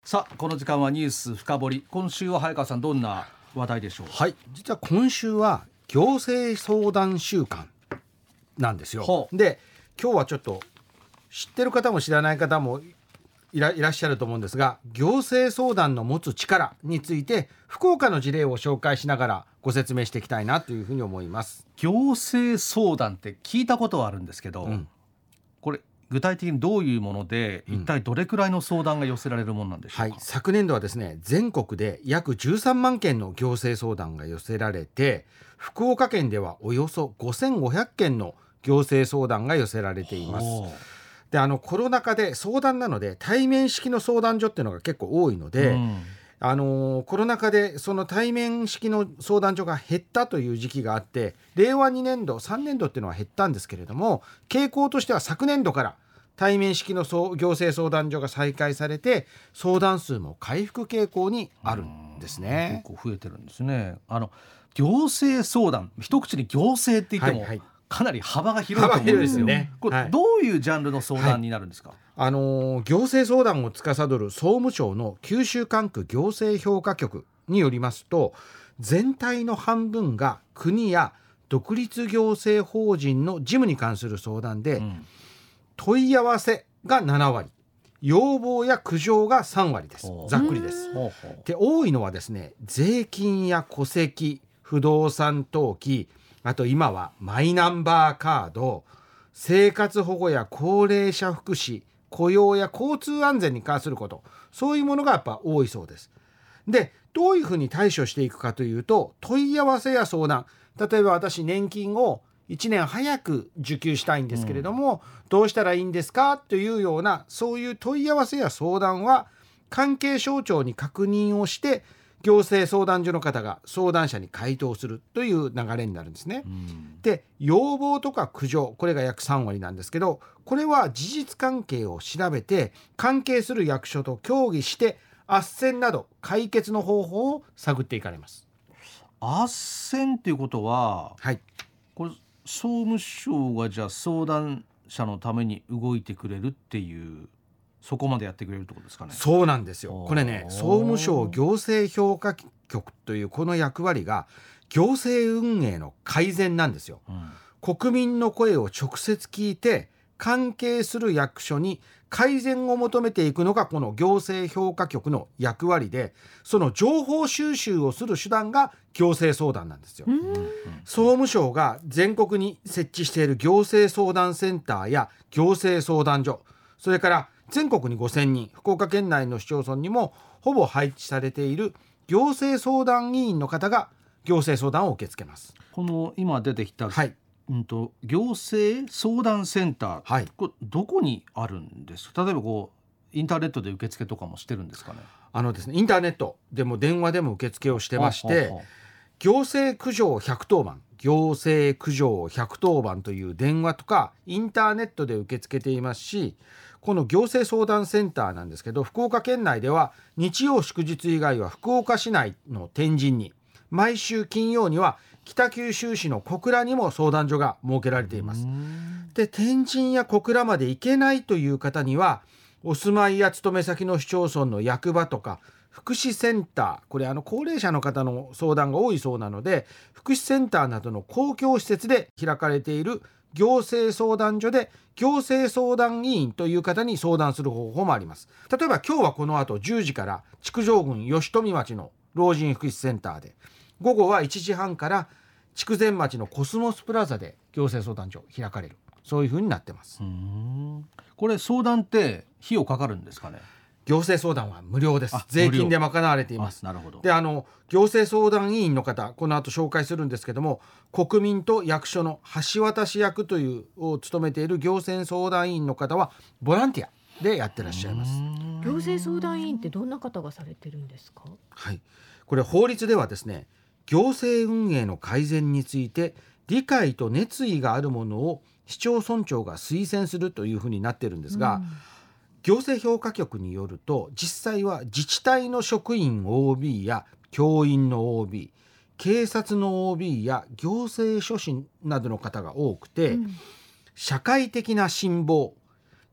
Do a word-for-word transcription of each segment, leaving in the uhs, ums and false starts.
さあこの時間はニュース深掘り。今週は早川さんどんな話題でしょう。 はい、実は今週は行政相談週間なんですよ。で今日はちょっと知ってる方も知らない方もい ら, いらっしゃると思うんですが、行政相談の持つ力について福岡の事例を紹介しながらご説明していきたいなというふうに思います。 行政相談って聞いたことはあるんですけど、うん、これ具体的にどういうもので、一体どれくらいの相談が寄せられるものなんでしょうか。 はい、昨年度はですね、全国で約じゅうさんまんけんの行政相談が寄せられて、福岡県ではおよそごせんごひゃっけんの行政相談が寄せられています。であのコロナ禍で相談なので対面式の相談所っていうのが結構多いので、うんあのー、コロナ禍でその対面式の相談所が減ったという時期があって、れいわにねんどさんねんどっていうのは減ったんですけれども、傾向としては昨年度から対面式の行政相談所が再開されて、相談数も回復傾向にあるんですね。 結構増えてるんですね。あの行政相談、一口に行政って言っても、はいはい、かなり幅が広いと思うんですよね。これ、はい、どういうジャンルの相談になるんですか。はい、 あのー、行政相談を司る総務省の九州管区行政評価局によりますと、全体の半分が国や独立行政法人の事務に関する相談で、うん、問い合わせがななわり、要望や苦情がさんわりです。ざっくりです。で多いのはですね、税金や戸籍、不動産登記、あと今はマイナンバーカード、生活保護や高齢者福祉、雇用や交通安全に関すること、そういうものがやっぱ多いそうです。でどういうふうに対処していくかというと、問い合わせや相談、例えば私年金をいちねん早く受給したいんですけれども、うん、どうしたらいいんですかというような、そういう問い合わせや相談は関係省庁に確認をして、行政相談所の方が相談者に回答するという流れになるんですね。うん、で要望とか苦情、これが約さんわりなんですけど、これは事実関係を調べて関係する役所と協議して斡旋など解決の方法を探っていかれます。 斡旋っていうことは、はい、これ総務省がじゃあ相談者のために動いてくれるっていう、そこまでやってくれるってことですかね。 そうなんですよ。これね、総務省行政評価局というこの役割が行政運営の改善なんですよ。うん、国民の声を直接聞いて関係する役所に改善を求めていくのがこの行政評価局の役割で、その情報収集をする手段が行政相談なんですよ。総務省が全国に設置している行政相談センターや行政相談所、それから全国にごせんにん、福岡県内の市町村にもほぼ配置されている行政相談委員の方が行政相談を受け付けます。 この今出てきた、はいうんと、行政相談センター、はい、これどこにあるんですか。例えばこうインターネットで受付とかもしてるんですかね。 あのですね、インターネットでも電話でも受付をしてまして、行政苦情ひゃくとおばん、行政苦情ひゃくとおばんという電話とかインターネットで受け付けていますし、この行政相談センターなんですけど、福岡県内では日曜祝日以外は福岡市内の天神に、毎週金曜には北九州市の小倉にも相談所が設けられています。で天神や小倉まで行けないという方には、お住まいや勤め先の市町村の役場とか福祉センター、これあの高齢者の方の相談が多いそうなので、福祉センターなどの公共施設で開かれている行政相談所で行政相談委員という方に相談する方法もあります。例えば今日はこの後じゅうじから築城郡吉富町の老人福祉センターで、午後はいちじはんから筑前町のコスモスプラザで行政相談所開かれる、そういう風になってます。 うーん、これ相談って費用かかるんですかね。 行政相談は無料です。税金で賄われています。 なるほど。 であの行政相談委員の方、この後紹介するんですけども、国民と役所の橋渡し役というを務めている行政相談委員の方はボランティアでやってらっしゃいます。 行政相談委員ってどんな方がされてるんですか。 はい、これ法律ではですね、行政運営の改善について理解と熱意があるものを市町村長が推薦するというふうになっているんですが、うん、行政評価局によると、実際は自治体の職員 オービー や教員の オービー、 警察の オービー や行政書士などの方が多くて、うん、社会的な信望、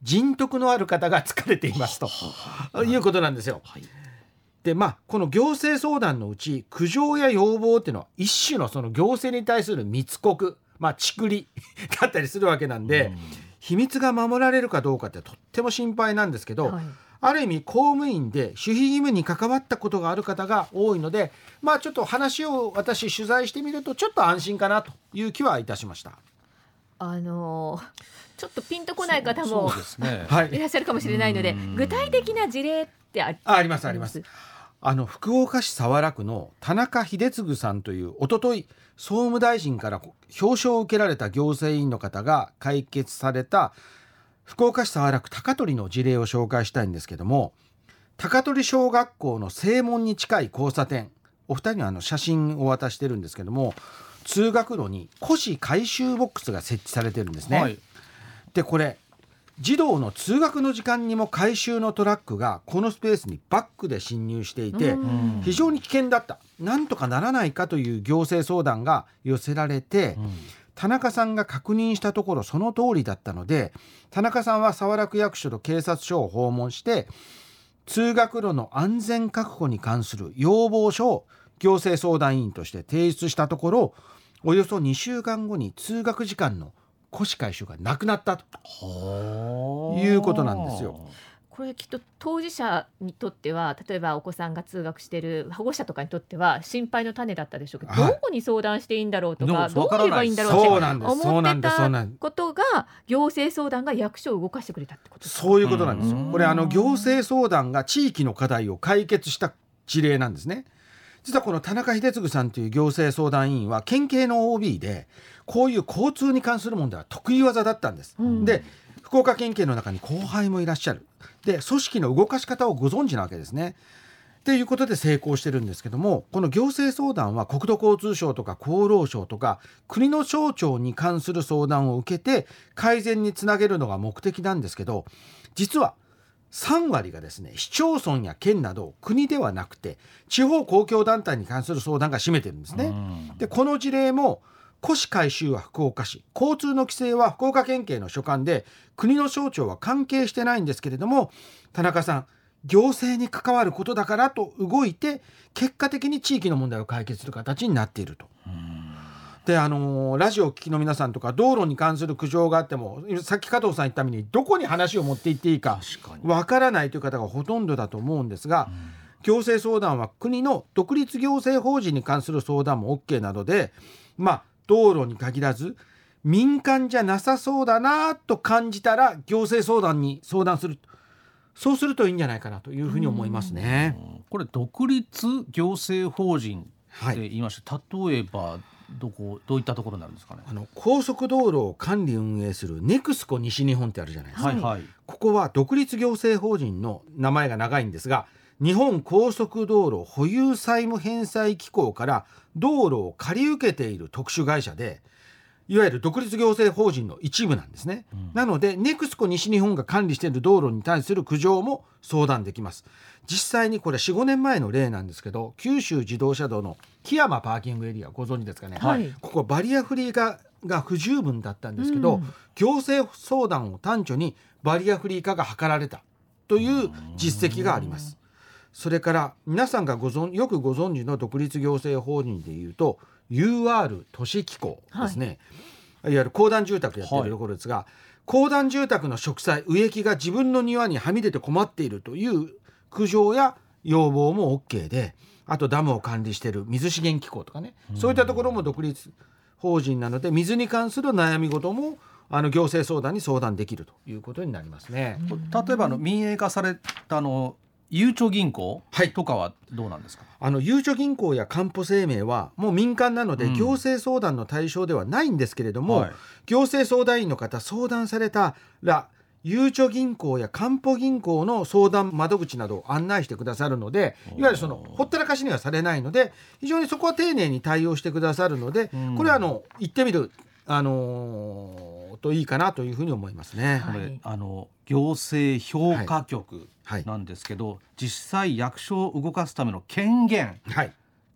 人徳のある方が疲れていますということなんですよ。 はい、 でまあこの行政相談のうち苦情や要望っていうのは一種のその行政に対する密告、まあちくりだったりするわけなんで、うん、秘密が守られるかどうかってとっても心配なんですけど、はい、ある意味公務員で守秘義務に関わったことがある方が多いので、まあちょっと話を私取材してみるとちょっと安心かなという気はいたしました。 あのちょっとピンとこない方もそうですね、 いらっしゃるかもしれないので、具体的な事例ってありありますあります。あの福岡市早良区の田中秀次さんというおととい総務大臣から表彰を受けられた行政委員の方が解決された福岡市早良区高取の事例を紹介したいんですけども、高取小学校の正門に近い交差点、お二人にはあの写真を渡してるんですけども、通学路に古紙回収ボックスが設置されてるんですね、はい、でこれ児童の通学の時間にも回収のトラックがこのスペースにバックで侵入していて非常に危険だった、なんとかならないかという行政相談が寄せられて、うん、田中さんが確認したところその通りだったので、田中さんは早良区役所と警察署を訪問して通学路の安全確保に関する要望書を行政相談委員として提出したところ、およそにしゅうかんごに通学時間の古紙回収がなくなったということなんですよ。 これきっと当事者にとっては、例えばお子さんが通学している保護者とかにとっては心配の種だったでしょうけど、はい、どこに相談していいんだろうとか、どう言えばいいんだろうって思ってたことが行政相談が役所を動かしてくれたってことですか。 そういうことなんですよ。これあの行政相談が地域の課題を解決した事例なんですね。実はこの田中秀次さんという行政相談委員は県警の オービー でこういう交通に関する問題は得意技だったんです、うん、で福岡県警の中に後輩もいらっしゃる、で組織の動かし方をご存知なわけですね。ということで成功してるんですけども、この行政相談は国土交通省とか厚労省とか国の省庁に関する相談を受けて改善につなげるのが目的なんですけど、実はさんわりがですね、市町村や県など国ではなくて地方公共団体に関する相談が占めてるんですね。でこの事例も古紙回収は福岡市、交通の規制は福岡県警の所管で国の省庁は関係してないんですけれども、田中さん行政に関わることだからと動いて結果的に地域の問題を解決する形になっていると。であのー、ラジオを聞きの皆さんとか道路に関する苦情があっても、さっき加藤さん言ったようにどこに話を持っていっていいかわからないという方がほとんどだと思うんですが、行政相談は国の独立行政法人に関する相談も OK なので、まあ道路に限らず民間じゃなさそうだなと感じたら行政相談に相談する、そうするといいんじゃないかなというふうに思いますね。 これ独立行政法人って言いました、はい、例えばどこどういったところになるんですかね。 あの高速道路を管理運営するネクスコ西日本ってあるじゃないですか、 はいはい、 ここは独立行政法人の名前が長いんですが、日本高速道路保有債務返済機構から道路を借り受けている特殊会社で、いわゆる独立行政法人の一部なんですね、うん、なのでネクスコ西日本が管理している道路に対する苦情も相談できます。実際にこれ よん、ごねんまえの例なんですけど、九州自動車道の木山パーキングエリアご存知ですかね、はい、ここバリアフリー化が不十分だったんですけど、うん、行政相談を端緒にバリアフリー化が図られたという実績があります。それから皆さんがご存よくご存知の独立行政法人でいうと ユーアール 都市機構ですね、はい、いわゆる公団住宅やっているところですが、はい、公団住宅の植栽植木が自分の庭にはみ出て困っているという苦情や要望も OK で、あとダムを管理している水資源機構とかね、そういったところも独立法人なので水に関する悩み事もあの行政相談に相談できるということになりますね。 例えばあの民営化されたのゆうちょ銀行とかはどうなんですか。 はい、あのゆうちょ銀行やかんぽ生命はもう民間なので行政相談の対象ではないんですけれども、うんはい、行政相談員の方相談されたらゆうちょ銀行やかんぽ銀行の相談窓口などを案内してくださるので、いわゆるそのほったらかしにはされないので非常にそこは丁寧に対応してくださるので、うん、これはあの行ってみるあのー、といいかなというふうに思いますね。 これあの行政評価局なんですけど、はいはい、実際役所を動かすための権限、はい、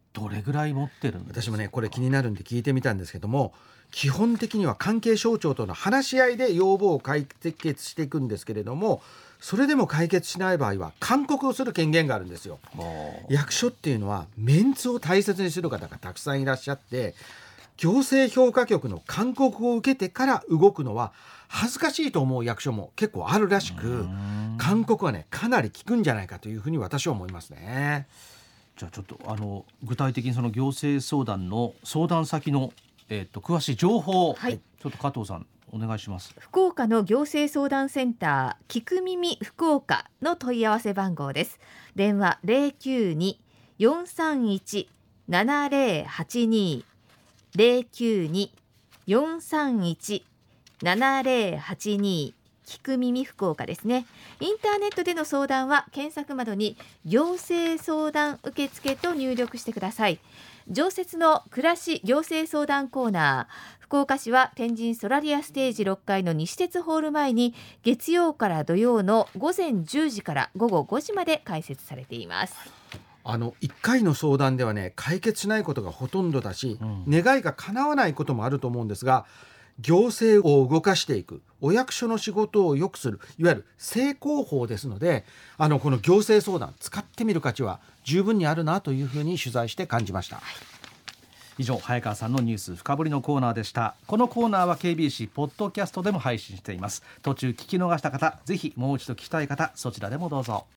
どれぐらい持ってるんですか？ 私もねこれ気になるんで聞いてみたんですけども、基本的には関係省庁との話し合いで要望を解決していくんですけれども、それでも解決しない場合は勧告をする権限があるんですよ。役所っていうのはメンツを大切にする方がたくさんいらっしゃって、行政評価局の勧告を受けてから動くのは恥ずかしいと思う役所も結構あるらしく、勧告はねかなり効くんじゃないかというふうに私は思いますね。 じゃあちょっとあの具体的にその行政相談の相談先の、えー、と詳しい情報、はい、ちょっと加藤さんお願いします。 福岡の行政相談センター聞く耳福岡の問い合わせ番号です。電話 ゼロきゅうに よんさんいち ななゼロはちに ゼロきゅうに よんさんいち ななゼロはちに聞く耳福岡ですね。インターネットでの相談は検索窓に行政相談受付と入力してください。常設の暮らし行政相談コーナー、福岡市は天神ソラリアステージろっかいの西鉄ホール前に月曜から土曜の午前じゅうじから午後ごじまで開設されています。 あのいっかいの相談ではね解決しないことがほとんどだし、うん、願いが叶わないこともあると思うんですが、行政を動かしていくお役所の仕事を良くするいわゆる正攻法ですので、あのこの行政相談使ってみる価値は十分にあるなというふうに取材して感じました。はい、 以上早川さんのニュース深掘りのコーナーでした。このコーナーは ケービーシー ポッドキャストでも配信しています。途中聞き逃した方、ぜひもう一度聞きたい方、そちらでもどうぞ。